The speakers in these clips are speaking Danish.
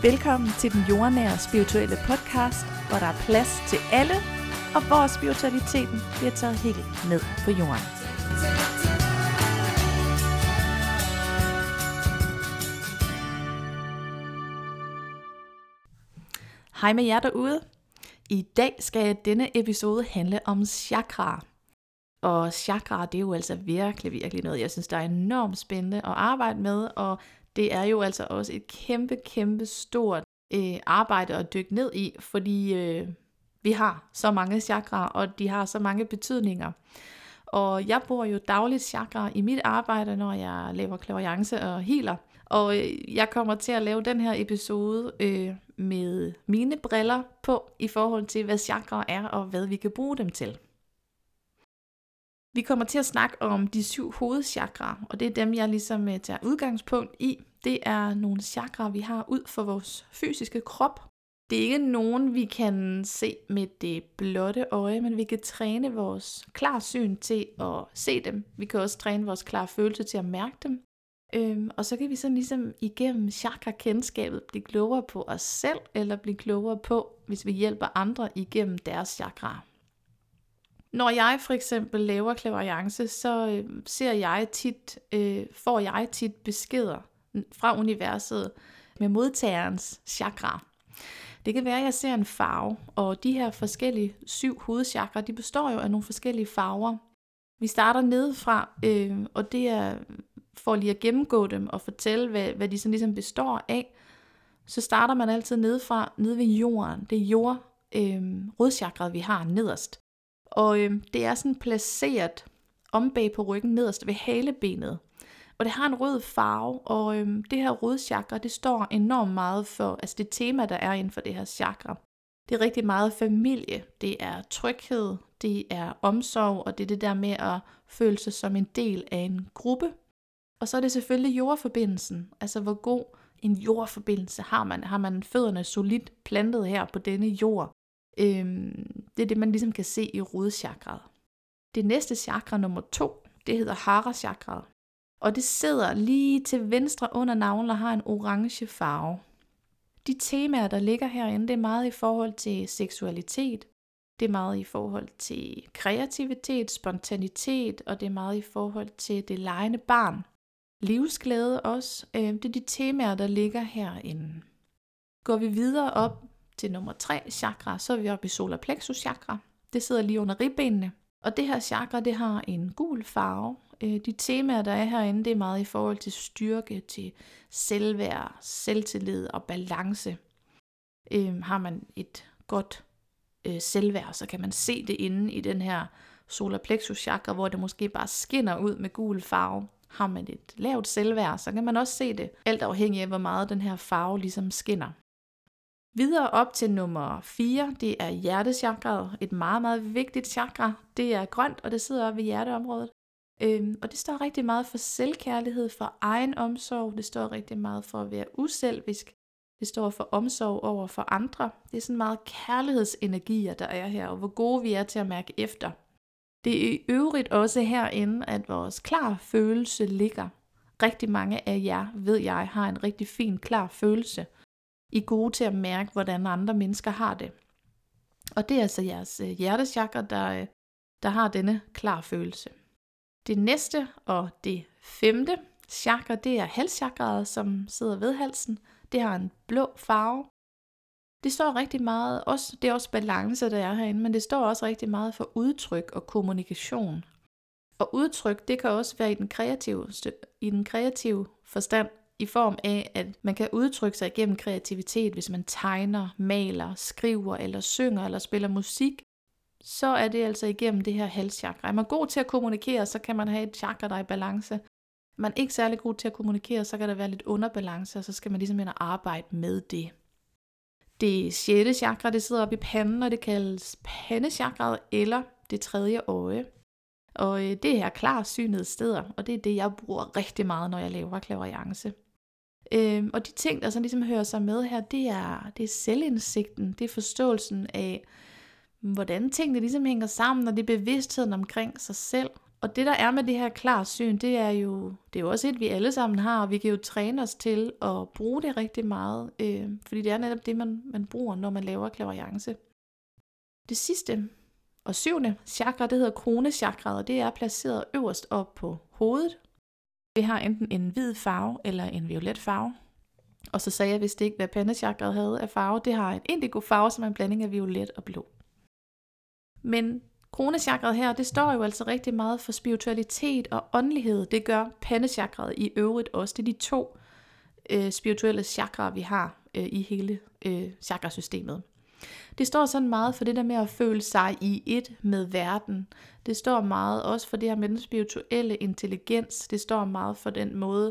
Velkommen til den jordnære spirituelle podcast, hvor der er plads til alle, og hvor spiritualiteten bliver taget helt ned på jorden. Hej med jer derude. I dag skal denne episode handle om chakraer. Og chakraer, det er jo altså virkelig noget, jeg synes, der er enormt spændende at arbejde med, og det er jo altså også et kæmpe stort arbejde at dykke ned i, fordi vi har så mange chakraer, og de har så mange betydninger. Og jeg bruger jo dagligt chakraer i mit arbejde, når jeg laver clairvoyance og healer. Og jeg kommer til at lave den her episode med mine briller på, i forhold til hvad chakraer er, og hvad vi kan bruge dem til. Vi kommer til at snakke om de 7 hovedchakraer, og det er dem, jeg ligesom tager udgangspunkt i. Det er nogle chakraer, vi har ud for vores fysiske krop. Det er ikke nogen, vi kan se med det blotte øje, men vi kan træne vores klarsyn til at se dem. Vi kan også træne vores klare følelse til at mærke dem. Og så kan vi sådan ligesom igennem chakra-kendskabet blive klogere på os selv, eller blive klogere på, hvis vi hjælper andre igennem deres chakraer. Når jeg for eksempel laver clairvoyance, så får jeg tit beskeder fra universet med modtagerens chakra. Det kan være, at jeg ser en farve, og de her forskellige 7 hovedchakra, de består jo af nogle forskellige farver. Vi starter nedefra, og det er for lige at gennemgå dem og fortælle, hvad de sådan ligesom består af. Så starter man altid nedefra, nede ved jorden. Det er rodchakret, vi har nederst. Og det er sådan placeret om bag på ryggen nederst ved halebenet. Og det har en rød farve, og det her rodchakra, det står enormt meget for, altså det tema, der er inden for det her chakra. Det er rigtig meget familie, det er tryghed, det er omsorg, og det er det der med at føle sig som en del af en gruppe. Og så er det selvfølgelig jordforbindelsen, altså hvor god en jordforbindelse har man. Har man fødderne solidt plantet her på denne jord? Det er det, man ligesom kan se i rodchakraet. Det næste chakra nummer 2, det hedder hara-chakraet. Og det sidder lige til venstre under navlen og har en orange farve. De temaer, der ligger herinde, det er meget i forhold til seksualitet. Det er meget i forhold til kreativitet, spontanitet, og det er meget i forhold til det legende barn. Livsglæde også. Det er de temaer, der ligger herinde. Går vi videre op til nummer 3 chakra, så er vi oppe i solar plexus chakra. Det sidder lige under ribbenene. Og det her chakra, det har en gul farve. De temaer, der er herinde, det er meget i forhold til styrke, til selvværd, selvtillid og balance. Har man et godt selvværd, så kan man se det inde i den her solar plexus chakra, hvor det måske bare skinner ud med gul farve. Har man et lavt selvværd, så kan man også se det, alt afhængig af, hvor meget den her farve ligesom skinner. Videre op til nummer 4, det er hjertechakraet, et meget vigtigt chakra. Det er grønt, og det sidder oppe i hjerteområdet. Og det står rigtig meget for selvkærlighed, for egen omsorg. Det står rigtig meget for at være uselvisk. Det står for omsorg over for andre. Det er sådan meget kærlighedsenergier, der er her, og hvor gode vi er til at mærke efter. Det er i øvrigt også herinde, at vores klar følelse ligger. Rigtig mange af jer, ved jeg, har en rigtig fin klar følelse. I er gode til at mærke, hvordan andre mennesker har det. Og det er altså jeres hjertechakra, der har denne klar følelse. Det næste og det 5. chakra, det er halschakraet, som sidder ved halsen. Det har en blå farve. Det står rigtig meget, det er også balance, der er herinde, men det står også rigtig meget for udtryk og kommunikation. Og udtryk, det kan også være i den kreative forstand, i form af, at man kan udtrykke sig igennem kreativitet, hvis man tegner, maler, skriver eller synger eller spiller musik. Så er det altså igennem det her halschakra. Er man god til at kommunikere, så kan man have et chakra, der er i balance. Er man ikke særlig god til at kommunikere, så kan der være lidt underbalance, og så skal man ligesom ind og arbejde med det. Det 6. chakra, det sidder oppe i panden, og det kaldes pandechakraet eller det 3. øje. Og det er her klarsynede steder, og det er det, jeg bruger rigtig meget, når jeg laver clairvoyance. Og de ting, der så ligesom hører sig med her, det er selvindsigten, det er forståelsen af, hvordan tingene ligesom hænger sammen, og det er bevidstheden omkring sig selv. Og det der er med det her klarsyn, det er jo også et, vi alle sammen har, og vi kan jo træne os til at bruge det rigtig meget, fordi det er netop det, man bruger, når man laver clairvoyance. Det sidste og 7. chakra, det hedder kronechakraet, og det er placeret øverst op på hovedet. Det har enten en hvid farve eller en violet farve. Og så sagde jeg vist ikke, hvad pandechakraet havde af farve. Det har en indigo farve, som er en blanding af violet og blå. Men kronechakraet her, det står jo altså rigtig meget for spiritualitet og åndelighed. Det gør pandechakraet i øvrigt også. Det er de 2 spirituelle chakraer, vi har i hele chakrasystemet. Det står sådan meget for det der med at føle sig i et med verden. Det står meget også for det her med den spirituelle intelligens. Det står meget for den måde,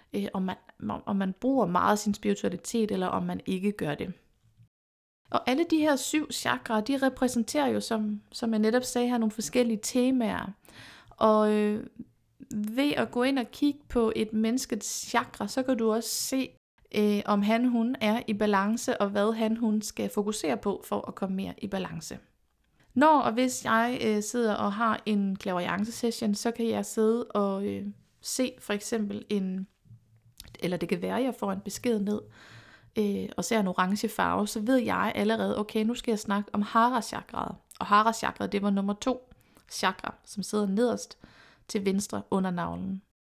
om man bruger meget af sin spiritualitet, eller om man ikke gør det. Og alle de her 7 chakraer, de repræsenterer jo, som jeg netop sagde her, nogle forskellige temaer. Og ved at gå ind og kigge på et menneskets chakra, så kan du også se, om hun er i balance, og hvad hun skal fokusere på for at komme mere i balance. Når og hvis jeg sidder og har en clairvoyance session, så kan jeg sidde og se for eksempel eller det kan være, at jeg får en besked ned, og ser en orange farve, så ved jeg allerede, okay, nu skal jeg snakke om hara-chakraet. Og hara-chakraet, det var nummer 2 chakra, som sidder nederst til venstre under navlen.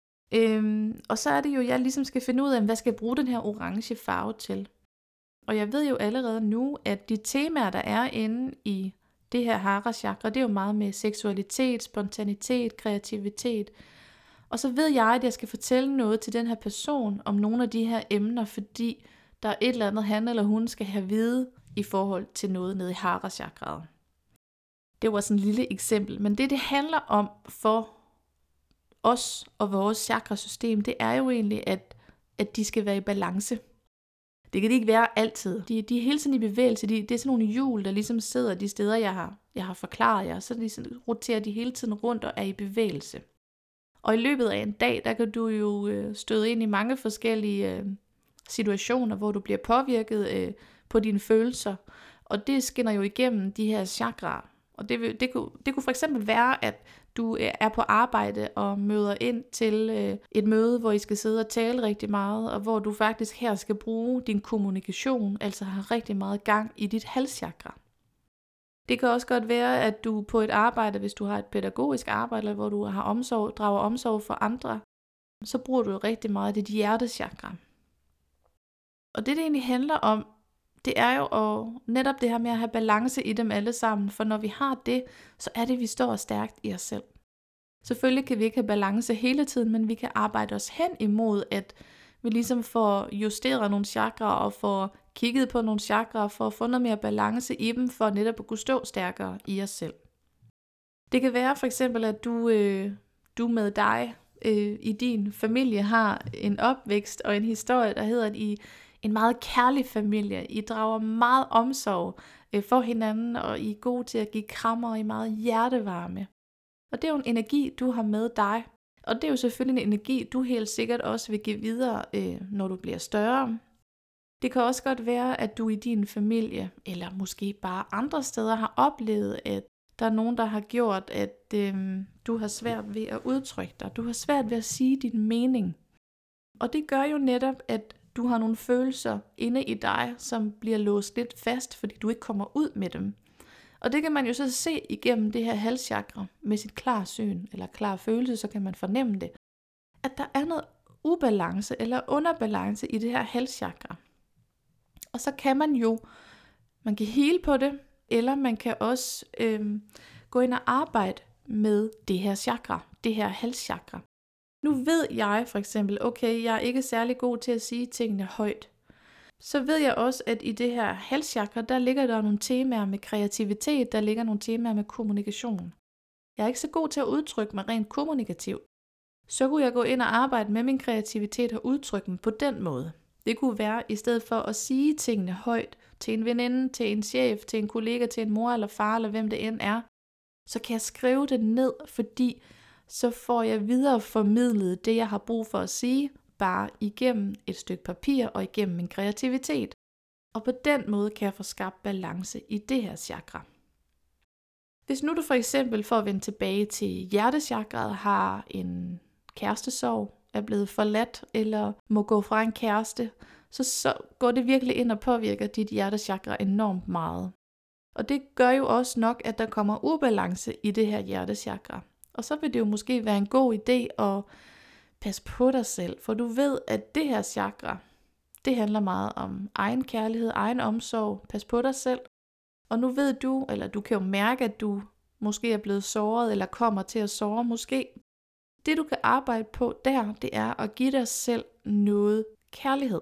Og så er det jo, jeg ligesom skal finde ud af, hvad skal jeg bruge den her orange farve til. Og jeg ved jo allerede nu, at de temaer, der er inde i det her hara-chakra, det er jo meget med seksualitet, spontanitet, kreativitet. Og så ved jeg, at jeg skal fortælle noget til den her person om nogle af de her emner, fordi der er et eller andet, han eller hun skal have vide i forhold til noget nede i hara-chakraet. Det var sådan et lille eksempel, men det handler om for os og vores chakrasystem, det er jo egentlig, at de skal være i balance. Det kan de ikke være altid. De er hele tiden i bevægelse. Det er sådan nogle hjul, der ligesom sidder de steder, jeg har forklaret jer. Så roterer de hele tiden rundt og er i bevægelse. Og i løbet af en dag, der kan du jo støde ind i mange forskellige situationer, hvor du bliver påvirket på dine følelser. Og det skinner jo igennem de her chakraer. Og det kunne for eksempel være, at du er på arbejde og møder ind til et møde, hvor I skal sidde og tale rigtig meget, og hvor du faktisk her skal bruge din kommunikation, altså have rigtig meget gang i dit halschakra. Det kan også godt være, at du på et arbejde, hvis du har et pædagogisk arbejde, hvor du har drager omsorg for andre, så bruger du rigtig meget af dit hjertechakra. Og det egentlig handler om, det er jo netop det her med at have balance i dem alle sammen, for når vi har det, så er det, vi står stærkt i os selv. Selvfølgelig kan vi ikke have balance hele tiden, men vi kan arbejde os hen imod, at vi ligesom får justeret nogle chakraer og får kigget på nogle chakraer for at få noget mere balance i dem, for netop at kunne stå stærkere i os selv. Det kan være for eksempel, at du med dig i din familie har en opvækst og en historie, der hedder, at I en meget kærlig familie. I drager meget omsorg for hinanden, og I er gode til at give krammer, og I er meget hjertevarme. Og det er jo en energi, du har med dig. Og det er jo selvfølgelig en energi, du helt sikkert også vil give videre, når du bliver større. Det kan også godt være, at du i din familie, eller måske bare andre steder, har oplevet, at der er nogen, der har gjort, at du har svært ved at udtrykke dig. Du har svært ved at sige din mening. Og det gør jo netop, at du har nogle følelser inde i dig, som bliver låst lidt fast, fordi du ikke kommer ud med dem. Og det kan man jo så se igennem det her halschakra med sit klar syn, eller klar følelse, så kan man fornemme det. At der er noget ubalance eller underbalance i det her halschakra. Og så kan man kan heale på det, eller man kan også gå ind og arbejde med det her chakra, det her halschakra. Nu ved jeg for eksempel, okay, jeg er ikke særlig god til at sige tingene højt. Så ved jeg også, at i det her halschakra, der ligger der nogle temaer med kreativitet, der ligger nogle temaer med kommunikation. Jeg er ikke så god til at udtrykke mig rent kommunikativt. Så kunne jeg gå ind og arbejde med min kreativitet og udtrykke mig på den måde. Det kunne være, i stedet for at sige tingene højt til en veninde, til en chef, til en kollega, til en mor eller far, eller hvem det end er, så kan jeg skrive det ned, fordi så får jeg videreformidlet det, jeg har brug for at sige, bare igennem et stykke papir og igennem min kreativitet. Og på den måde kan jeg få skabt balance i det her chakra. Hvis nu du for eksempel, for at vende tilbage til hjertechakraet, har en kærestesorg, er blevet forladt eller må gå fra en kæreste, så går det virkelig ind og påvirker dit hjertechakra enormt meget. Og det gør jo også nok, at der kommer ubalance i det her hjertechakra. Og så vil det jo måske være en god idé at passe på dig selv, for du ved, at det her chakra, det handler meget om egen kærlighed, egen omsorg, pas på dig selv. Og nu ved du, eller du kan jo mærke, at du måske er blevet såret, eller kommer til at såre måske. Det du kan arbejde på der, det er at give dig selv noget kærlighed.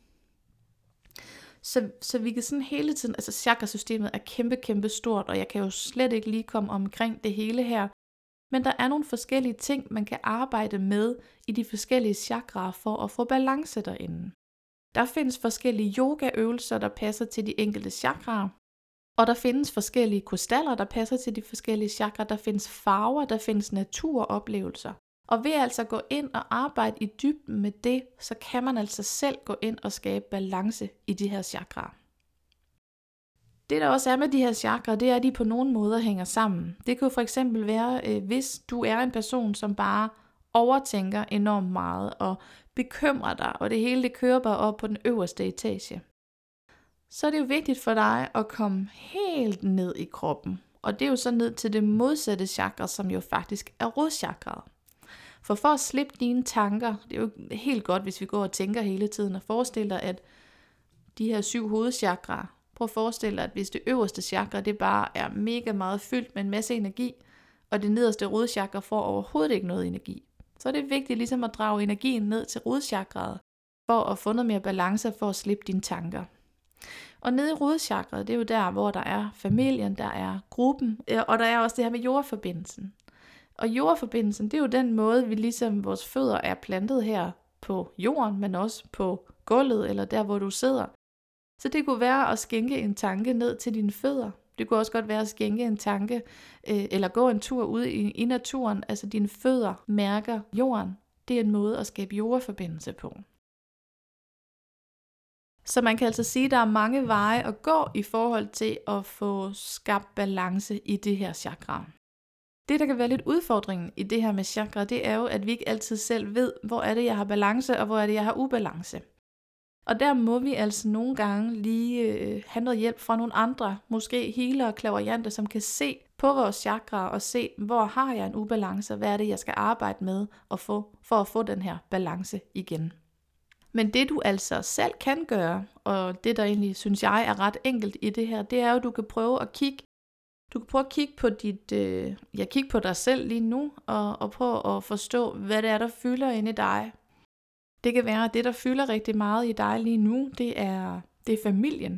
Så vi kan sådan hele tiden, altså chakrasystemet er kæmpe stort, og jeg kan jo slet ikke lige komme omkring det hele her. Men der er nogle forskellige ting, man kan arbejde med i de forskellige chakraer for at få balance derinde. Der findes forskellige yogaøvelser, der passer til de enkelte chakraer. Og der findes forskellige krystaller, der passer til de forskellige chakraer. Der findes farver, der findes naturoplevelser. Og ved altså gå ind og arbejde i dybden med det, så kan man altså selv gå ind og skabe balance i de her chakraer. Det der også er med de her chakraer, det er, at de på nogle måder hænger sammen. Det kan jo for eksempel være, hvis du er en person, som bare overtænker enormt meget og bekymrer dig, og det hele det kører bare op på den øverste etage. Så er det jo vigtigt for dig at komme helt ned i kroppen. Og det er jo så ned til det modsatte chakra, som jo faktisk er rodchakraet. For at slippe dine tanker, det er jo helt godt, hvis vi går og tænker hele tiden, og forestiller dig, at de her 7 hovedchakraer, prøv at forestille dig, at hvis det øverste chakra, det bare er mega meget fyldt med en masse energi, og det nederste rodchakra får overhovedet ikke noget energi, så er det vigtigt ligesom at drage energien ned til rodchakraet, for at få noget mere balance, for at slippe dine tanker. Og nede i rodchakraet, det er jo der, hvor der er familien, der er gruppen, og der er også det her med jordforbindelsen. Og jordforbindelsen, det er jo den måde, vi ligesom vores fødder er plantet her på jorden, men også på gulvet, eller der, hvor du sidder. Så det kunne være at skænke en tanke ned til dine fødder. Det kunne også godt være at skænke en tanke, eller gå en tur ud i naturen, altså dine fødder mærker jorden. Det er en måde at skabe jordforbindelse på. Så man kan altså sige, at der er mange veje at gå i forhold til at få skabt balance i det her chakra. Det, der kan være lidt udfordringen i det her med chakra, det er jo, at vi ikke altid selv ved, hvor er det, jeg har balance, og hvor er det, jeg har ubalance. Og der må vi altså nogle gange lige have noget hjælp fra nogle andre, måske healere og clairvoyante, som kan se på vores chakra og se, hvor har jeg en ubalance, og hvad er det, jeg skal arbejde med for at få den her balance igen. Men det du altså selv kan gøre, og det der egentlig synes jeg er ret enkelt i det her, det er jo, at du kan prøve at kigge på kigge på dig selv lige nu, og prøve at forstå, hvad det er, der fylder inde i dig. Det kan være, at det, der fylder rigtig meget i dig lige nu, det er familien.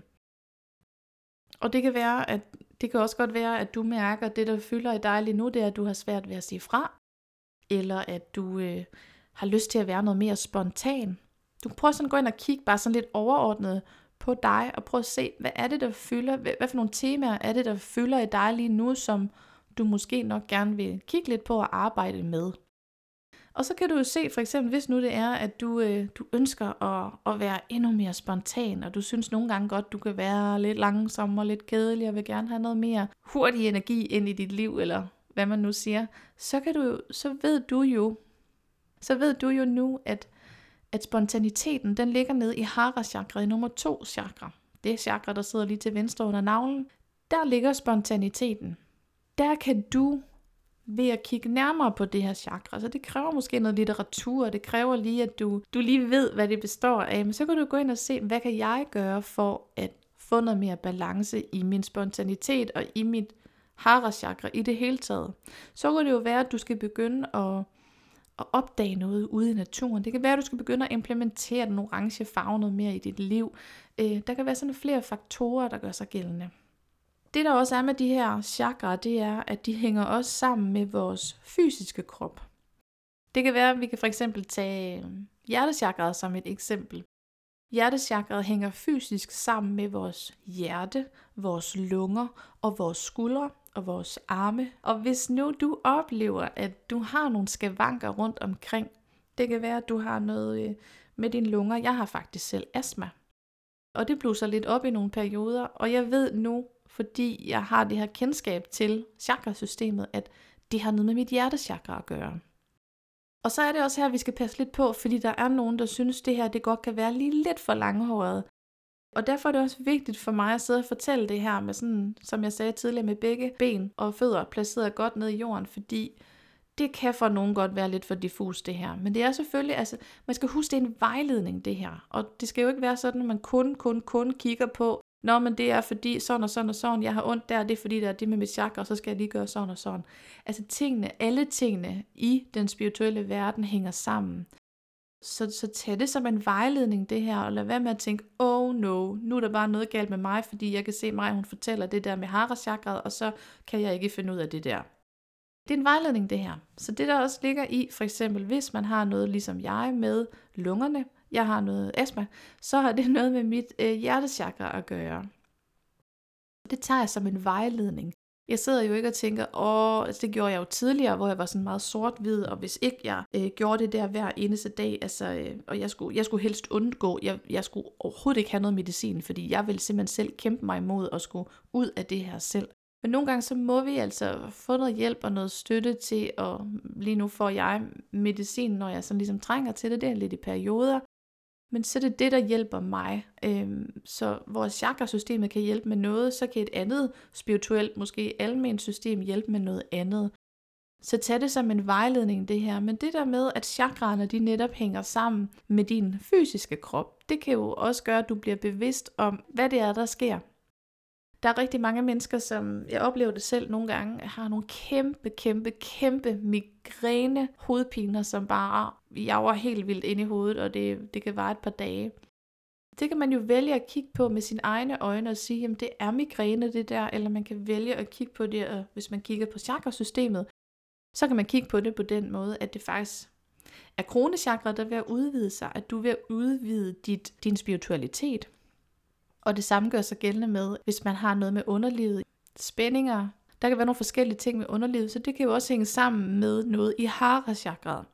Og det kan også godt være, at du mærker, at det, der fylder i dig lige nu, det er, at du har svært ved at sige fra. Eller at du har lyst til at være noget mere spontan. Du kan prøve sådan at gå ind og kigge bare sådan lidt overordnet på dig, og prøve at se, hvad er det, der fylder, hvad for nogle temaer er det, der fylder i dig lige nu, som du måske nok gerne vil kigge lidt på og arbejde med. Og så kan du jo se, for eksempel, hvis nu det er, at du ønsker at være endnu mere spontan, og du synes nogle gange godt, du kan være lidt langsom og lidt kedelig, og vil gerne have noget mere hurtig energi ind i dit liv, eller hvad man nu siger, så ved du jo nu, at spontaniteten, den ligger nede i Hara chakra, i nummer 2 chakra. Det er chakra, der sidder lige til venstre under navlen. Der ligger spontaniteten. Der kan du ved at kigge nærmere på det her chakra, så det kræver måske noget litteratur, det kræver lige, at du lige ved, hvad det består af, men så kan du gå ind og se, hvad kan jeg gøre for at få noget mere balance i min spontanitet og i mit Hara chakra i det hele taget. Så kan det jo være, at du skal begynde at opdage noget ude i naturen. Det kan være, at du skal begynde at implementere den orange farve noget mere i dit liv. Der kan være sådan flere faktorer, der gør sig gældende. Det der også er med de her chakraer, det er, at de hænger også sammen med vores fysiske krop. Det kan være, at vi kan for eksempel tage hjertechakraet som et eksempel. Hjertechakraet hænger fysisk sammen med vores hjerte, vores lunger og vores skuldre og vores arme. Og hvis nu du oplever, at du har nogle skavanker rundt omkring, det kan være, at du har noget med dine lunger. Jeg har faktisk selv astma. Og det blusser lidt op i nogle perioder, og jeg ved nu fordi jeg har det her kendskab til chakrasystemet, at det har noget med mit hjertechakra at gøre. Og så er det også her, vi skal passe lidt på, fordi der er nogen, der synes, det her det godt kan være lige lidt for langhåret. Og derfor er det også vigtigt for mig at sidde og fortælle det her med sådan, som jeg sagde tidligere, med begge ben og fødder placeret godt ned i jorden, fordi det kan for nogen godt være lidt for diffus det her. Men det er selvfølgelig, altså man skal huske, det er en vejledning det her. Og det skal jo ikke være sådan, at man kun kigger på, nå, men det er fordi sådan og sådan og sådan, jeg har ondt der, det er fordi der er det med mit chakra, og så skal jeg lige gøre sådan og sådan. Altså alle tingene i den spirituelle verden hænger sammen. Så tag det som en vejledning det her, og lad være med at tænke, oh no, nu er der bare noget galt med mig, fordi jeg kan se mig, hun fortæller det der med hara-chakraet, og så kan jeg ikke finde ud af det der. Det er en vejledning det her. Så det der også ligger i, for eksempel hvis man har noget ligesom jeg med lungerne, jeg har noget astma, så har det noget med mit hjertechakra at gøre. Det tager jeg som en vejledning. Jeg sidder jo ikke og tænker, det gjorde jeg jo tidligere, hvor jeg var sådan meget sort-hvid, og hvis ikke jeg gjorde det der hver eneste dag, og jeg skulle helst undgå, jeg skulle overhovedet ikke have noget medicin, fordi jeg ville simpelthen selv kæmpe mig imod at skulle ud af det her selv. Men nogle gange så må vi altså få noget hjælp og noget støtte til, og lige nu får jeg medicin, når jeg sådan ligesom trænger til det, det er lidt i perioder. Men så er det der hjælper mig. Så vores chakrasystemet kan hjælpe med noget, så kan et andet spirituelt, måske alment system hjælpe med noget andet. Så tag det som en vejledning det her. Men det der med, at chakraerne de netop hænger sammen med din fysiske krop, det kan jo også gøre, at du bliver bevidst om, hvad det er, der sker. Der er rigtig mange mennesker, som jeg oplever det selv nogle gange, har nogle kæmpe migræne hovedpiner, som bare jager helt vildt ind i hovedet, og det kan vare et par dage. Det kan man jo vælge at kigge på med sine egne øjne og sige, jamen det er migræne det der, eller man kan vælge at kigge på det, og hvis man kigger på chakrasystemet, så kan man kigge på det på den måde, at det faktisk er kronechakra, der er ved at udvide sig, at du er ved at udvide din spiritualitet. Og det samme gør sig gældende med, hvis man har noget med underlivet, spændinger. Der kan være nogle forskellige ting med underlivet, så det kan jo også hænge sammen med noget i hara-chakraet.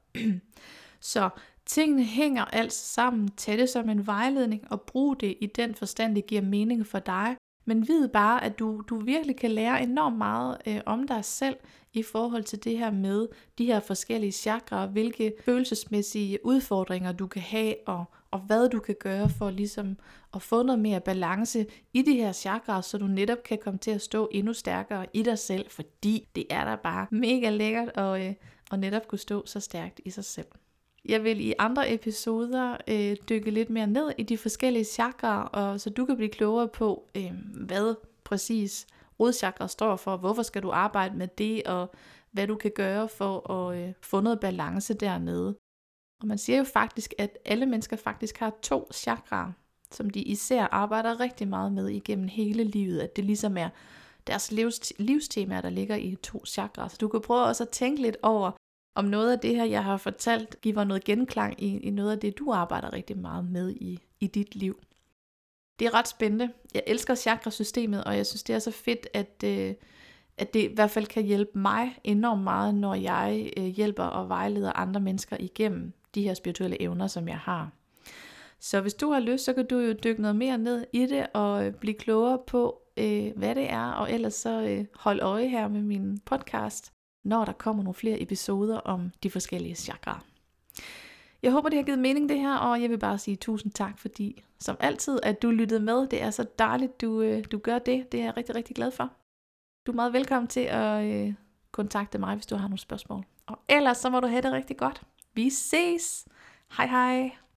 Så tingene hænger altså sammen. Tag det som en vejledning og brug det i den forstand, det giver mening for dig. Men vid bare, at du virkelig kan lære enormt meget om dig selv i forhold til det her med de her forskellige chakraer, hvilke følelsesmæssige udfordringer du kan have, og hvad du kan gøre for ligesom at få noget mere balance i de her chakraer, så du netop kan komme til at stå endnu stærkere i dig selv, fordi det er da bare mega lækkert at netop kunne stå så stærkt i sig selv. Jeg vil i andre episoder dykke lidt mere ned i de forskellige chakraer, og så du kan blive klogere på, hvad præcis rodchakra står for, hvorfor skal du arbejde med det, og hvad du kan gøre for at få noget balance dernede. Og man siger jo faktisk, at alle mennesker faktisk har 2 chakraer, som de især arbejder rigtig meget med igennem hele livet, at det ligesom er deres livstemaer, der ligger i 2 chakraer. Så du kan prøve også at tænke lidt over, om noget af det her, jeg har fortalt, giver noget genklang i noget af det, du arbejder rigtig meget med i dit liv. Det er ret spændende. Jeg elsker chakrasystemet, og jeg synes, det er så fedt, at det i hvert fald kan hjælpe mig enormt meget, når jeg hjælper og vejleder andre mennesker igennem de her spirituelle evner, som jeg har. Så hvis du har lyst, så kan du jo dykke noget mere ned i det, og blive klogere på, hvad det er, og ellers så hold øje her med min podcast, når der kommer nogle flere episoder om de forskellige chakraer. Jeg håber, det har givet mening det her, og jeg vil bare sige tusind tak, fordi som altid, at du lyttede med. Det er så dejligt, du gør det. Det er jeg rigtig, rigtig glad for. Du er meget velkommen til at kontakte mig, hvis du har nogle spørgsmål. Og ellers så må du have det rigtig godt. Vi ses! Hej hej!